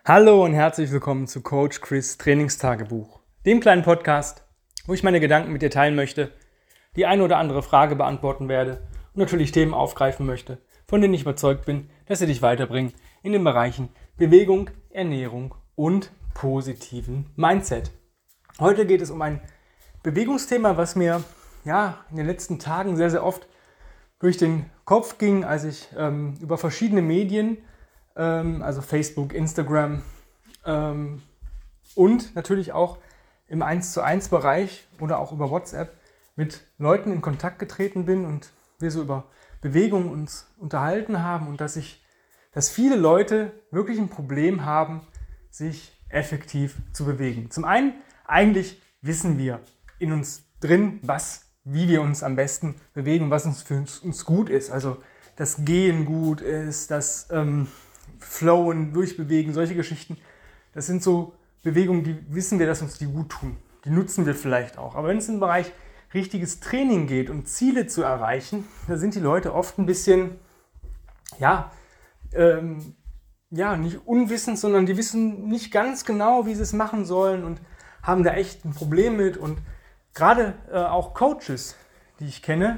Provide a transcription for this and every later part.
Hallo und herzlich willkommen zu Coach Chris Trainingstagebuch, dem kleinen Podcast, wo ich meine Gedanken mit dir teilen möchte, die eine oder andere Frage beantworten werde und natürlich Themen aufgreifen möchte, von denen ich überzeugt bin, dass sie dich weiterbringen in den Bereichen Bewegung, Ernährung und positiven Mindset. Heute geht es um ein Bewegungsthema, was mir in den letzten Tagen sehr, sehr oft durch den Kopf ging, als ich über verschiedene Medien, also Facebook, Instagram und natürlich auch im 1:1 Bereich oder auch über WhatsApp mit Leuten in Kontakt getreten bin und wir so über Bewegung uns unterhalten haben und dass viele Leute wirklich ein Problem haben, sich effektiv zu bewegen. Zum einen, eigentlich wissen wir in uns drin, wie wir uns am besten bewegen, was uns für uns gut ist. Also das Gehen gut ist, das Flowen, Durchbewegen, solche Geschichten. Das sind so Bewegungen, die wissen wir, dass uns die gut tun. Die nutzen wir vielleicht auch. Aber wenn es im Bereich richtiges Training geht und Ziele zu erreichen, da sind die Leute oft ein bisschen, nicht unwissend, sondern die wissen nicht ganz genau, wie sie es machen sollen und haben da echt ein Problem mit. Und gerade auch Coaches, die ich kenne,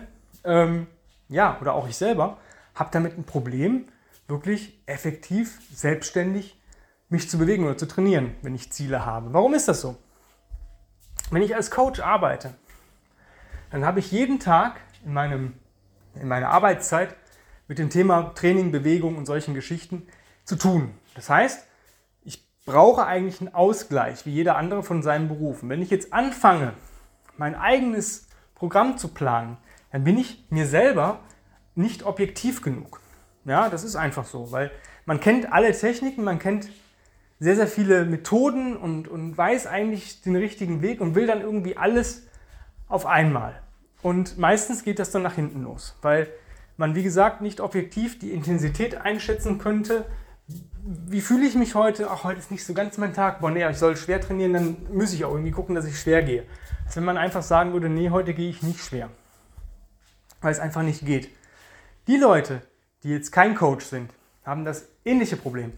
oder auch ich selber, habe damit ein Problem, wirklich effektiv, selbstständig mich zu bewegen oder zu trainieren, wenn ich Ziele habe. Warum ist das so? Wenn ich als Coach arbeite, dann habe ich jeden Tag in meiner Arbeitszeit mit dem Thema Training, Bewegung und solchen Geschichten zu tun. Das heißt, ich brauche eigentlich einen Ausgleich, wie jeder andere von seinem Beruf. Und wenn ich jetzt anfange, mein eigenes Programm zu planen, dann bin ich mir selber nicht objektiv genug. Ja, das ist einfach so, weil man kennt alle Techniken, man kennt sehr, sehr viele Methoden und weiß eigentlich den richtigen Weg und will dann irgendwie alles auf einmal. Und meistens geht das dann nach hinten los, weil man, wie gesagt, nicht objektiv die Intensität einschätzen könnte. Wie fühle ich mich heute? Ach, heute ist nicht so ganz mein Tag. Ich soll schwer trainieren, dann muss ich auch irgendwie gucken, dass ich schwer gehe. Als wenn man einfach sagen würde, nee, heute gehe ich nicht schwer, weil es einfach nicht geht. Die Leute, die jetzt kein Coach sind, haben das ähnliche Problem.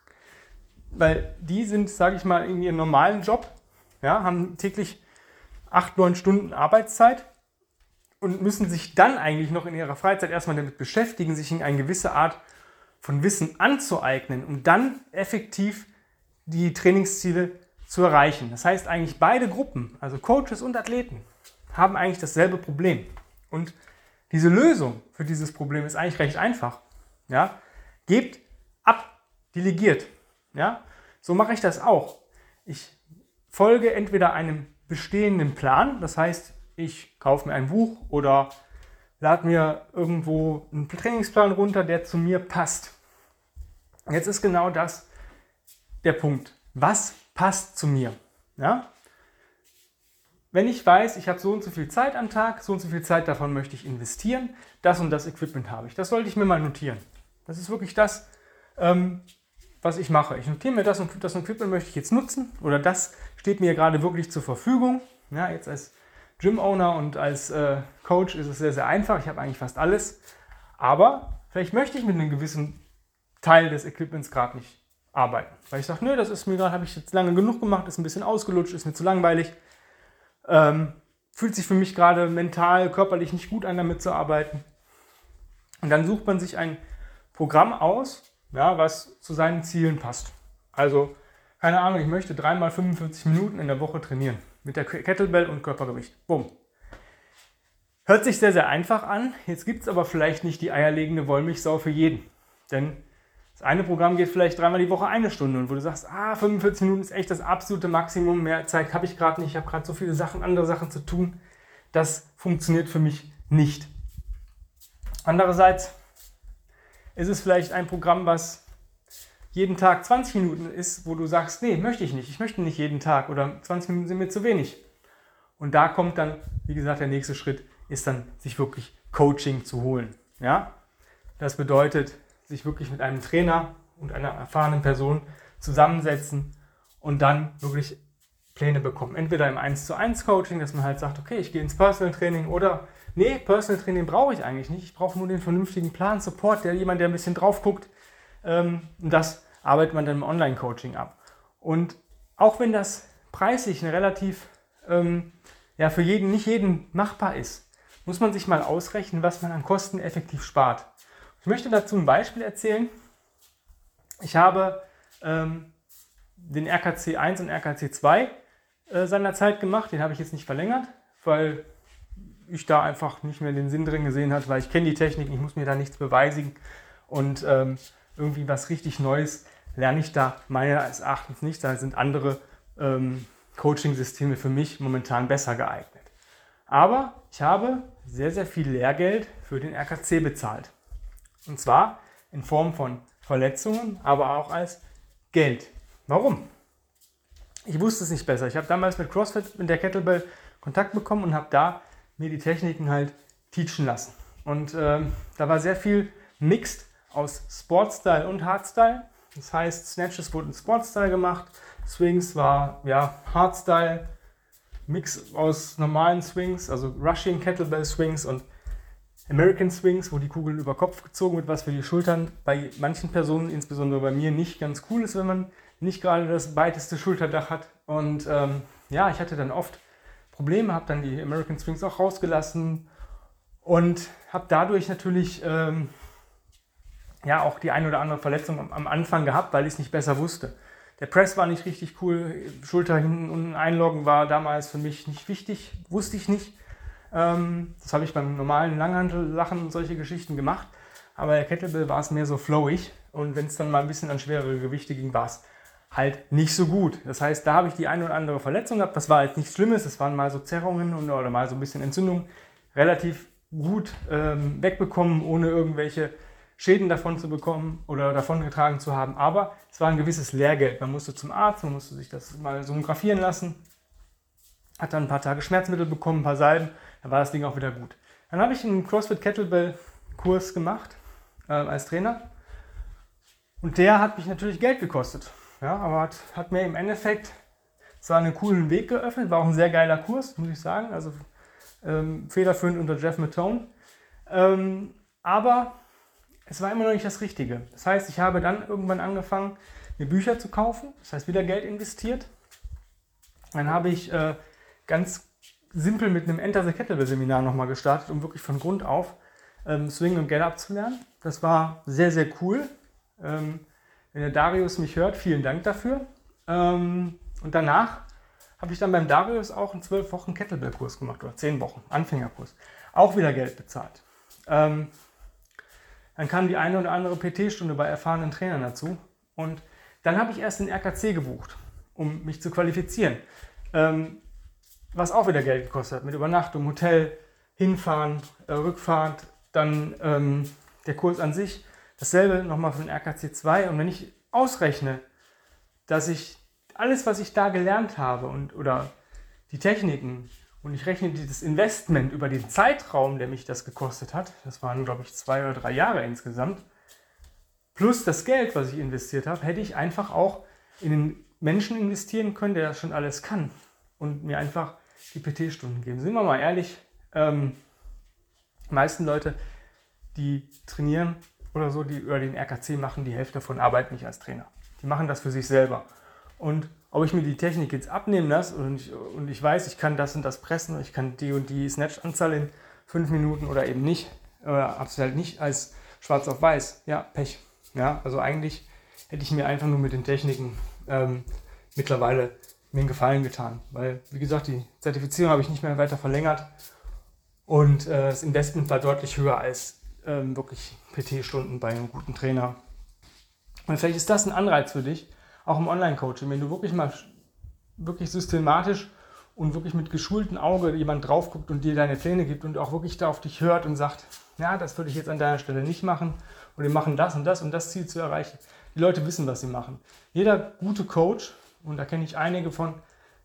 Weil die sind, sage ich mal, in ihrem normalen Job, haben täglich 8-9 Stunden Arbeitszeit und müssen sich dann eigentlich noch in ihrer Freizeit erstmal damit beschäftigen, sich in eine gewisse Art von Wissen anzueignen, um dann effektiv die Trainingsziele zu erreichen. Das heißt eigentlich beide Gruppen, also Coaches und Athleten, haben eigentlich dasselbe Problem. Und diese Lösung für dieses Problem ist eigentlich recht einfach. Ja? Gebt ab, delegiert. Ja? So mache ich das auch. Ich folge entweder einem bestehenden Plan, das heißt, ich kaufe mir ein Buch oder lade mir irgendwo einen Trainingsplan runter, der zu mir passt. Jetzt ist genau das der Punkt. Was passt zu mir? Ja? Wenn ich weiß, ich habe so und so viel Zeit am Tag, so und so viel Zeit davon möchte ich investieren, das und das Equipment habe ich. Das sollte ich mir mal notieren. Das ist wirklich das, was ich mache. Ich notiere mir das und das Equipment möchte ich jetzt nutzen oder das steht mir gerade wirklich zur Verfügung. Ja, jetzt als Gym-Owner und als Coach ist es sehr, sehr einfach. Ich habe eigentlich fast alles. Aber vielleicht möchte ich mit einem gewissen Teil des Equipments gerade nicht arbeiten. Weil ich sage, das ist mir gerade, habe ich jetzt lange genug gemacht, ist ein bisschen ausgelutscht, ist mir zu langweilig. Fühlt sich für mich gerade mental, körperlich nicht gut an, damit zu arbeiten. Und dann sucht man sich ein Programm aus, was zu seinen Zielen passt. Also, keine Ahnung, ich möchte 3x 45 Minuten in der Woche trainieren. Mit der Kettlebell und Körpergewicht. Bumm. Hört sich sehr, sehr einfach an. Jetzt gibt es aber vielleicht nicht die eierlegende Wollmilchsau für jeden. Denn das eine Programm geht vielleicht 3-mal die Woche 1 Stunde und wo du sagst, 45 Minuten ist echt das absolute Maximum, mehr Zeit habe ich gerade nicht, ich habe gerade so viele andere Sachen zu tun, das funktioniert für mich nicht. Andererseits ist es vielleicht ein Programm, was jeden Tag 20 Minuten ist, wo du sagst, nee, möchte ich nicht, ich möchte nicht jeden Tag oder 20 Minuten sind mir zu wenig. Und da kommt dann, wie gesagt, der nächste Schritt ist dann, sich wirklich Coaching zu holen. Ja? Das bedeutet, sich wirklich mit einem Trainer und einer erfahrenen Person zusammensetzen und dann wirklich Pläne bekommen. Entweder im 1:1 Coaching, dass man halt sagt, okay, ich gehe ins Personal Training oder nee, Personal Training brauche ich eigentlich nicht. Ich brauche nur den vernünftigen Plan, Support, der ein bisschen drauf guckt. Das arbeitet man dann im Online-Coaching ab. Und auch wenn das preislich eine relativ, für nicht jeden machbar ist, muss man sich mal ausrechnen, was man an Kosten effektiv spart. Ich möchte dazu ein Beispiel erzählen. Ich habe den RKC 1 und RKC 2 seinerzeit gemacht. Den habe ich jetzt nicht verlängert, weil ich da einfach nicht mehr den Sinn drin gesehen habe, weil ich kenne die Technik, ich muss mir da nichts beweisen. Und irgendwie was richtig Neues lerne ich da meines Erachtens nicht. Da sind andere Coaching-Systeme für mich momentan besser geeignet. Aber ich habe sehr, sehr viel Lehrgeld für den RKC bezahlt. Und zwar in Form von Verletzungen, aber auch als Geld. Warum? Ich wusste es nicht besser. Ich habe damals mit CrossFit, mit der Kettlebell Kontakt bekommen und habe da mir die Techniken halt teachen lassen. Und da war sehr viel mixed aus Sportstyle und Hardstyle. Das heißt, Snatches wurden in Sportstyle gemacht, Swings war Hardstyle, Mix aus normalen Swings, also Russian Kettlebell Swings und American Swings, wo die Kugel über Kopf gezogen wird, was für die Schultern bei manchen Personen, insbesondere bei mir, nicht ganz cool ist, wenn man nicht gerade das weiteste Schulterdach hat. Und ich hatte dann oft Probleme, habe dann die American Swings auch rausgelassen und habe dadurch natürlich auch die ein oder andere Verletzung am Anfang gehabt, weil ich es nicht besser wusste. Der Press war nicht richtig cool, Schulter hinten unten einloggen war damals für mich nicht wichtig, wusste ich nicht. Das habe ich beim normalen Langhantel-Sachen und solche Geschichten gemacht, aber der Kettlebell war es mehr so flowig und wenn es dann mal ein bisschen an schwerere Gewichte ging, war es halt nicht so gut. Das heißt, da habe ich die ein oder andere Verletzung gehabt, das war jetzt nichts Schlimmes, das waren mal so Zerrungen oder mal so ein bisschen Entzündung, relativ gut wegbekommen, ohne irgendwelche Schäden davon zu bekommen oder davongetragen zu haben, aber es war ein gewisses Lehrgeld. Man musste zum Arzt, man musste sich das mal sonographieren lassen, hat dann ein paar Tage Schmerzmittel bekommen, ein paar Salben, dann war das Ding auch wieder gut. Dann habe ich einen CrossFit Kettlebell Kurs gemacht als Trainer und der hat mich natürlich Geld gekostet, aber hat mir im Endeffekt zwar einen coolen Weg geöffnet, war auch ein sehr geiler Kurs, muss ich sagen, also federführend unter Jeff Mattone, aber es war immer noch nicht das Richtige. Das heißt, ich habe dann irgendwann angefangen, mir Bücher zu kaufen. Das heißt, wieder Geld investiert. Dann habe ich ganz simpel mit einem Enter the Kettlebell Seminar nochmal gestartet, um wirklich von Grund auf Swing und Get-Up zu lernen. Das war sehr, sehr cool. Wenn der Darius mich hört, vielen Dank dafür. Und danach habe ich dann beim Darius auch einen 12 Wochen Kettlebell-Kurs gemacht oder 10 Wochen, Anfängerkurs. Auch wieder Geld bezahlt. Dann kam die eine oder andere PT-Stunde bei erfahrenen Trainern dazu. Und dann habe ich erst den RKC gebucht, um mich zu qualifizieren. Was auch wieder Geld gekostet hat, mit Übernachtung, Hotel, Hinfahren, Rückfahrt, dann der Kurs an sich. Dasselbe nochmal für den RKC 2. Und wenn ich ausrechne, dass ich alles, was ich da gelernt habe oder die Techniken, und ich rechne dieses Investment über den Zeitraum, der mich das gekostet hat, das waren, glaube ich, 2 oder 3 Jahre insgesamt, plus das Geld, was ich investiert habe, hätte ich einfach auch in den Menschen investieren können, der das schon alles kann und mir einfach die PT-Stunden geben. Sind wir mal ehrlich, die meisten Leute, die trainieren oder so, die über den RKC machen, die Hälfte davon arbeiten nicht als Trainer. Die machen das für sich selber. Und ob ich mir die Technik jetzt abnehmen lasse und ich weiß, ich kann das und das pressen, ich kann die und die Snatch-Anzahl in 5 Minuten oder eben nicht, habe es halt nicht als schwarz auf weiß, Pech. Also eigentlich hätte ich mir einfach nur mit den Techniken mittlerweile mir einen Gefallen getan, weil, wie gesagt, die Zertifizierung habe ich nicht mehr weiter verlängert und das Investment war deutlich höher als wirklich PT-Stunden bei einem guten Trainer. Und vielleicht ist das ein Anreiz für dich, auch im Online-Coaching, wenn du wirklich systematisch und wirklich mit geschultem Auge jemand drauf guckt und dir deine Pläne gibt und auch wirklich da auf dich hört und sagt, das würde ich jetzt an deiner Stelle nicht machen und wir machen das und das, um das Ziel zu erreichen. Die Leute wissen, was sie machen. Jeder gute Coach, und da kenne ich einige von,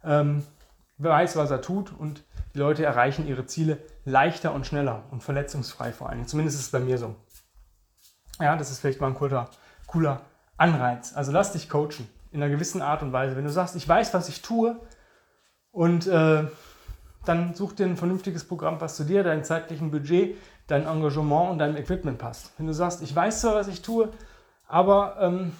weiß, was er tut und die Leute erreichen ihre Ziele leichter und schneller und verletzungsfrei vor allem. Zumindest ist es bei mir so. Das ist vielleicht mal ein cooler Anreiz. Also lass dich coachen in einer gewissen Art und Weise. Wenn du sagst, ich weiß, was ich tue und dann such dir ein vernünftiges Programm, was zu dir, deinem zeitlichen Budget, dein Engagement und deinem Equipment passt. Wenn du sagst, ich weiß zwar, was ich tue, aber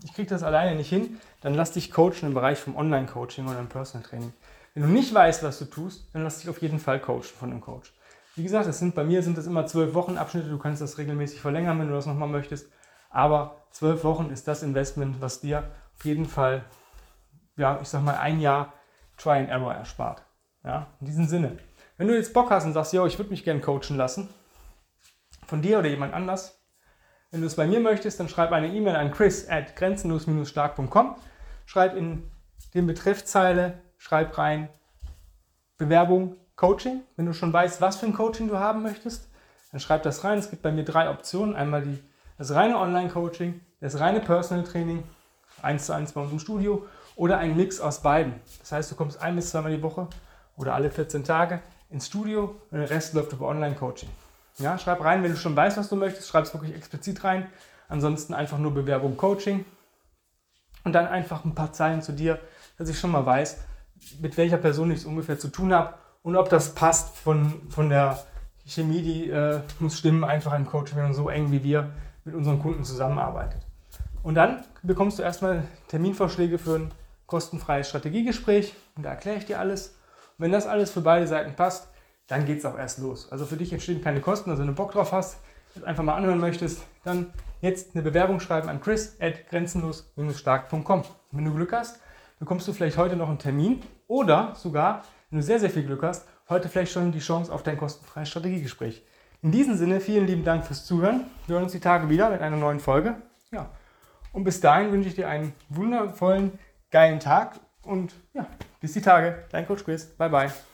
ich kriege das alleine nicht hin, dann lass dich coachen im Bereich vom Online-Coaching oder im Personal Training. Wenn du nicht weißt, was du tust, dann lass dich auf jeden Fall coachen von einem Coach. Wie gesagt, bei mir sind das immer 12 Wochen Abschnitte, du kannst das regelmäßig verlängern, wenn du das nochmal möchtest, aber 12 Wochen ist das Investment, was dir auf jeden Fall, ja, ich sag mal, ein Jahr Try and Error erspart. Ja, in diesem Sinne. Wenn du jetzt Bock hast und sagst, yo, ich würde mich gerne coachen lassen, von dir oder jemand anders, wenn du es bei mir möchtest, dann schreib eine E-Mail an chris@grenzenlos-stark.com, schreib in den Betreffzeile, schreib rein Bewerbung Coaching. Wenn du schon weißt, was für ein Coaching du haben möchtest, dann schreib das rein. Es gibt bei mir 3 Optionen. Einmal das reine Online-Coaching, das reine Personal Training, 1:1 bei uns im Studio oder ein Mix aus beiden. Das heißt, du kommst 1 bis 2 Mal die Woche oder alle 14 Tage ins Studio und der Rest läuft über Online-Coaching. Ja, schreib rein, wenn du schon weißt, was du möchtest, schreib es wirklich explizit rein. Ansonsten einfach nur Bewerbung Coaching und dann einfach ein paar Zeilen zu dir, dass ich schon mal weiß, mit welcher Person ich es ungefähr zu tun habe und ob das passt von der Chemie, die muss stimmen, einfach ein Coaching, wenn man so eng wie wir mit unseren Kunden zusammenarbeitet. Und dann bekommst du erstmal Terminvorschläge für ein kostenfreies Strategiegespräch und da erkläre ich dir alles. Und wenn das alles für beide Seiten passt, dann geht es auch erst los. Also für dich entstehen keine Kosten, also wenn du Bock drauf hast, das einfach mal anhören möchtest, dann jetzt eine Bewerbung schreiben an chris@grenzenlos-stark.com. Wenn du Glück hast, bekommst du vielleicht heute noch einen Termin oder sogar, wenn du sehr, sehr viel Glück hast, heute vielleicht schon die Chance auf dein kostenfreies Strategiegespräch. In diesem Sinne, vielen lieben Dank fürs Zuhören. Wir hören uns die Tage wieder mit einer neuen Folge. Ja. Und bis dahin wünsche ich dir einen wundervollen, geilen Tag und ja, bis die Tage. Dein Coach Chris. Bye, bye.